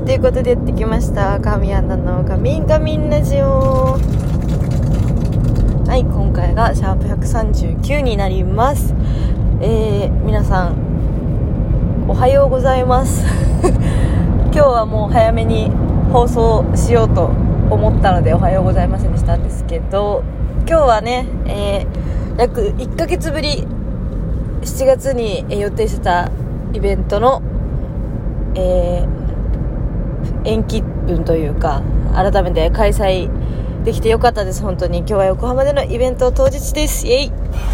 ということでやってきました神アナのガミンガミンラジオ。はい、今回がシャープ139になります。皆さんおはようございます今日はもう早めに放送しようと思ったのでおはようございませんでしたんですけど、今日はね、約1ヶ月ぶり7月に予定してたイベントの、延期分というか改めて開催できてよかったです。本当に今日は横浜でのイベント当日です。イエイ。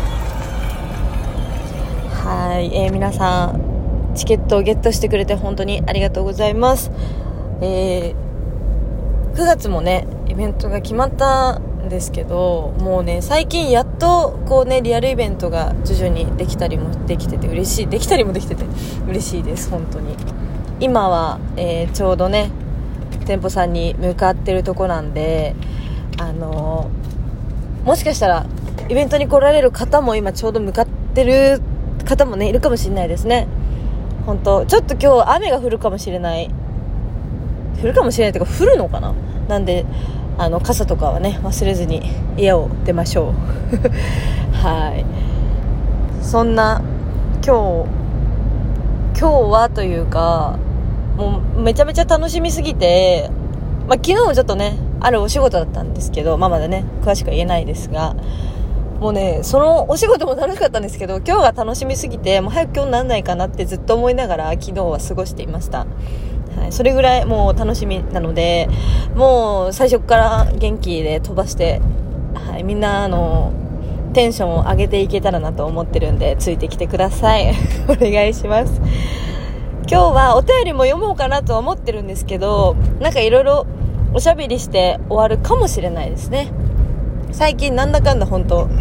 はい、皆さんチケットをゲットしてくれて本当にありがとうございます。9月もねイベントが決まったんですけど、もうね最近やっとこうねリアルイベントが徐々にできたりもできてて嬉しい、できたりもできてて嬉しいです。本当に今は、ちょうどね店舗さんに向かってるとこなんで、もしかしたらイベントに来られる方も今ちょうど向かってる方もねいるかもしれないですね。本当ちょっと今日雨が降るかもしれないというか降るのかな。なんで傘とかはね忘れずに家を出ましょうはい、そんな今日はというかもうめちゃめちゃ楽しみすぎて、昨日もちょっとねあるお仕事だったんですけど、まだね詳しくは言えないですが、もうねそのお仕事も楽しかったんですけど、今日が楽しみすぎてもう早く今日にならないかなってずっと思いながら昨日は過ごしていました。はい、それぐらいもう楽しみなので、もう最初から元気で飛ばして、はい、みんなテンションを上げていけたらなと思ってるんでついてきてくださいお願いします。今日はお便りも読もうかなとは思ってるんですけど、なんかいろいろおしゃべりして終わるかもしれないですね。最近なんだかんだ本当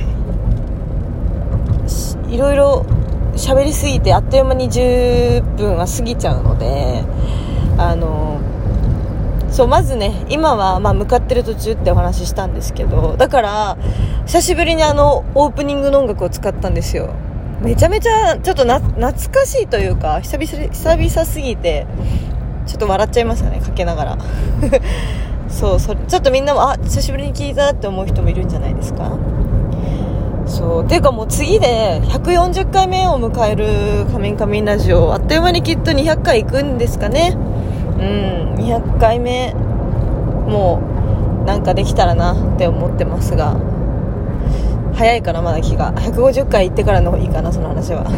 いろいろ喋りすぎてあっという間に10分は過ぎちゃうので、そうまずね今は向かってる途中ってお話ししたんですけど、だから久しぶりにオープニングの音楽を使ったんですよ。めちゃめちゃちょっと懐かしいというか久々すぎてちょっと笑っちゃいましたね、かけながらそうちょっとみんなも久しぶりに聞いたって思う人もいるんじゃないですか。そうていうかもう次で140回目を迎えるカミンカミンラジオ、あっという間にきっと200回行くんですかね。200回目もうなんかできたらなって思ってますが、早いかなまだ気が。150回行ってからの方がいいかなその話は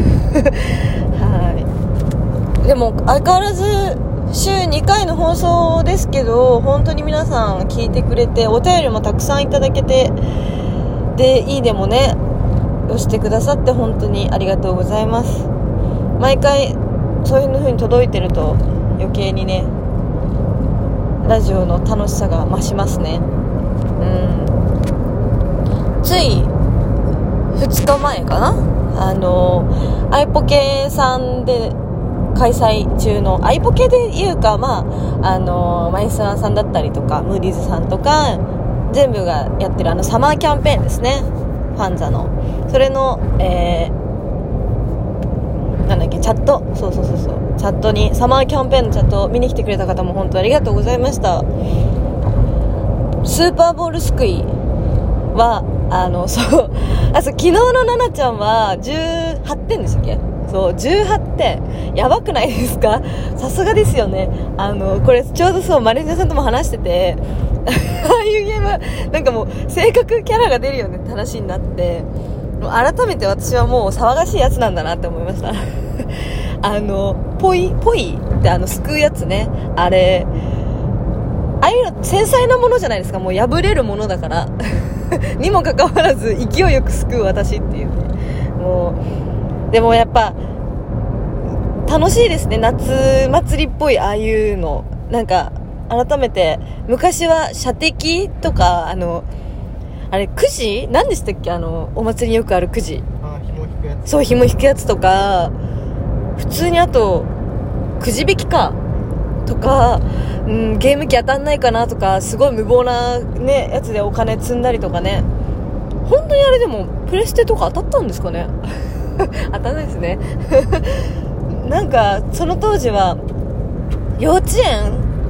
はい。でも相変わらず週2回の放送ですけど、本当に皆さん聞いてくれてお便りもたくさんいただけて、でいいねもね押してくださって本当にありがとうございます。毎回そういう風に届いてると余計にねラジオの楽しさが増しますね。つい2日前かな、アイポケさんで開催中の、アイポケでいうかマイスナーさんだったりとかムーディーズさんとか全部がやってるサマーキャンペーンですね、ファンザのそれの、なんだっけチャット、そうチャットにサマーキャンペーンのチャットを見に来てくれた方も本当にありがとうございました。スーパーボールすくいは昨日のナナちゃんは18点でしたっけ。そう18点やばくないですか。さすがですよね。これちょうどマネージャーさんとも話しててああいうゲームなんかもう性格キャラが出るよねって話になって、もう改めて私はもう騒がしいやつなんだなって思いましたポイってすくうやつね、あれああいうの繊細なものじゃないですか。もう破れるものだからにもかかわらず勢いよくすくう私っていうね。もうでもやっぱ楽しいですね、夏祭りっぽいああいうの。なんか改めて昔は射的とかあれくじ何でしたっけ、お祭りによくあるくじ、 紐引くやつ、 そう紐引くやつとか、普通にあとくじ引きかとか、ゲーム機当たんないかなとか、すごい無謀な、ね、やつでお金積んだりとかね。本当にあれでもプレステとか当たったんですかね当たんないですねなんかその当時は幼稚園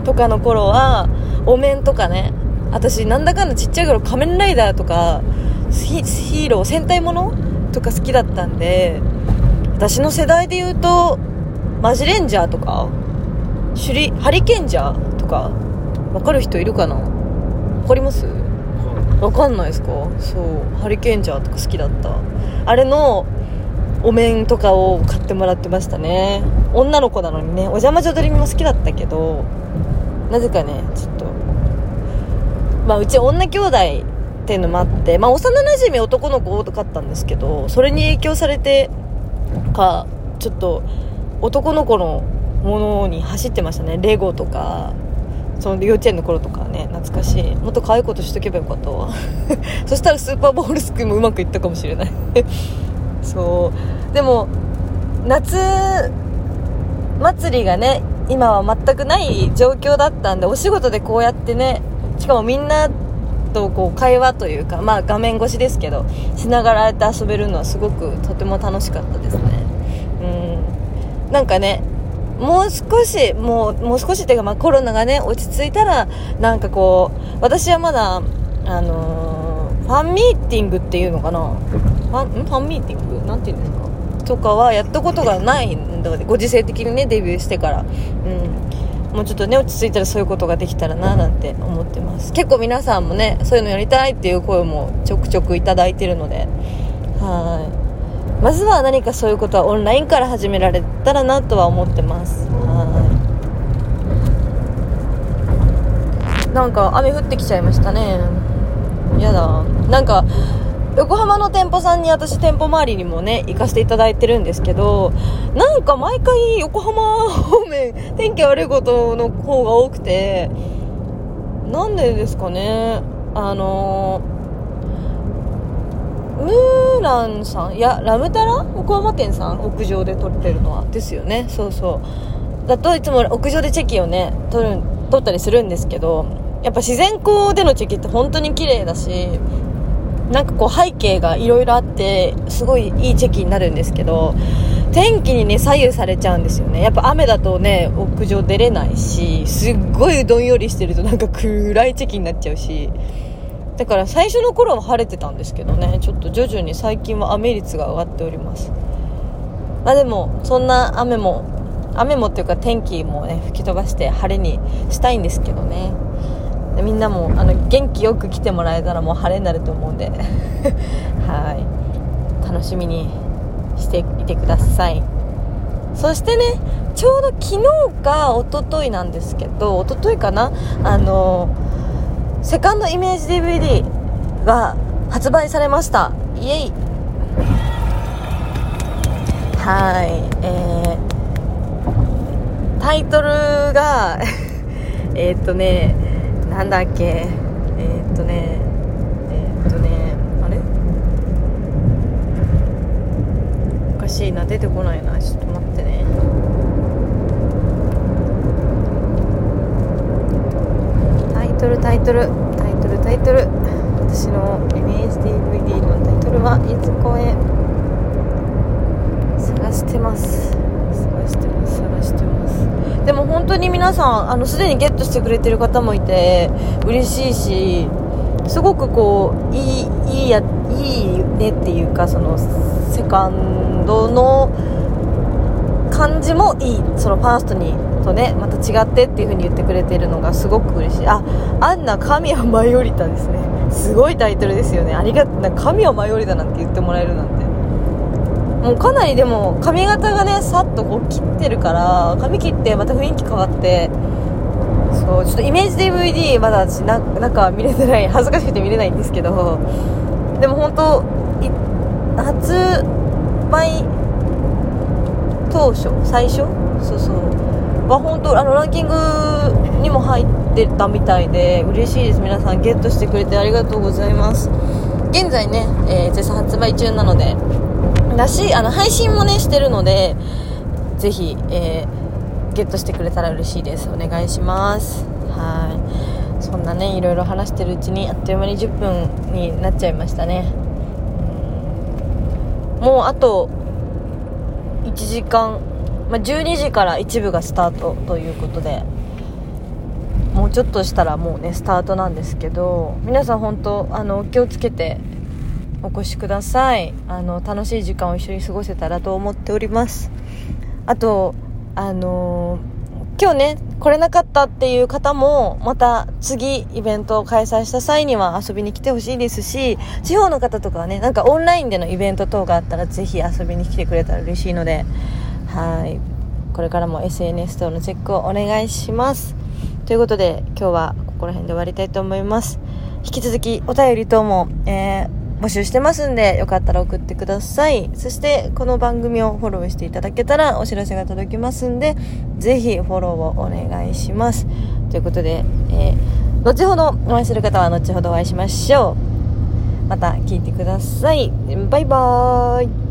とかの頃はお面とかね、私なんだかんだちっちゃい頃仮面ライダーとかヒーロー戦隊ものとか好きだったんで、私の世代で言うとマジレンジャーとかハリケンジャーとか分かる人いるかな。分かります？分かんないですか？そう、ハリケンジャーとか好きだった。あれのお面とかを買ってもらってましたね。女の子なのにね、お邪魔女ドリミも好きだったけど、なぜかねちょっとうち女兄弟っていうのもあって、幼馴染男の子多かったんですけど、それに影響されてかちょっと男の子のものに走ってましたね。レゴとか、その幼稚園の頃とかね、懐かしい。もっと可愛いことしとけばよかったわそしたらスーパーボールすくいもうまくいったかもしれないそうでも夏祭りがね今は全くない状況だったんで、お仕事でこうやってね、しかもみんなとこう会話というか、画面越しですけどしながら遊べるのはすごくとても楽しかったですね。なんかね、もう少しっていうか、コロナがね落ち着いたら、なんかこう私はまだファンミーティングっていうのかな、ファンミーティングなんていうんですかとかはやったことがないんだ、ご時世的にねデビューしてから、もうちょっとね落ち着いたらそういうことができたらななんて思ってます。結構皆さんもねそういうのやりたいっていう声もちょくちょくいただいてるので、まずは何かそういうことはオンラインから始められたらなとは思ってます。なんか雨降ってきちゃいましたね。やだ。なんか横浜の店舗さんに私店舗周りにもね行かせていただいてるんですけど、なんか毎回横浜方面天気悪いことの方が多くて、なんでですかね。ムーランさん、いやラムタラ横浜店さん、屋上で撮ってるのはですよね。そうだといつも屋上でチェキをね撮ったりするんですけど、やっぱ自然光でのチェキって本当に綺麗だし、なんかこう背景がいろいろあってすごいいいチェキになるんですけど、天気にね左右されちゃうんですよね。やっぱ雨だとね屋上出れないし、すっごいどんよりしてるとなんか暗いチェキになっちゃうし、だから最初の頃は晴れてたんですけどね、ちょっと徐々に最近は雨率が上がっております。でもそんな雨もっていうか天気もね吹き飛ばして晴れにしたいんですけどね、みんなも元気よく来てもらえたらもう晴れになると思うんで楽しみにしていてください。そしてね、ちょうど昨日か一昨日なんですけど、一昨日かな、セカンドイメージ DVD が発売されました。イエイ。タイトルがなんだっけ、あれおかしいな、出てこないな、ちょっと待ってね。タイトル、私のイメージ DVD のタイトルはいつこへ探してます。でも本当に皆さんすでにゲットしてくれてる方もいて嬉しいし、すごくこういいねっていうか、そのセカンドの感じもいい、そのファーストにとねまた違ってっていう風に言ってくれているのがすごく嬉しい。アンナ神は舞い降りたですね。すごいタイトルですよね。神は舞い降りたなんて言ってもらえるなんて、もうかなりでも髪型がねさっとこう切ってるから、髪切ってまた雰囲気変わって、そうちょっとイメージ DVD まだ私中は見れてない、恥ずかしくて見れないんですけど、でも本当発売当初最初は本当ランキングにも入ってたみたいで嬉しいです。皆さんゲットしてくれてありがとうございます。現在ね、絶賛発売中なので配信もねしてるので、ぜひ、ゲットしてくれたら嬉しいです。お願いします。そんなねいろいろ話してるうちにあっという間に10分になっちゃいましたね。もうあと1時間、12時から一部がスタートということで、 もうちょっとしたらもうねスタートなんですけど、皆さん本当お気をつけてお越しください。楽しい時間を一緒に過ごせたらと思っております。あと今日ね来れなかったっていう方もまた次イベントを開催した際には遊びに来てほしいですし、地方の方とかはねなんかオンラインでのイベント等があったらぜひ遊びに来てくれたら嬉しいので、はいこれからも SNS 等のチェックをお願いします。ということで今日はここら辺で終わりたいと思います。引き続きお便り等も、募集してますんで、よかったら送ってください。そしてこの番組をフォローしていただけたらお知らせが届きますんで、ぜひフォローをお願いします。ということで、後ほどお会いする方は後ほどお会いしましょう。また聞いてください。バイバーイ。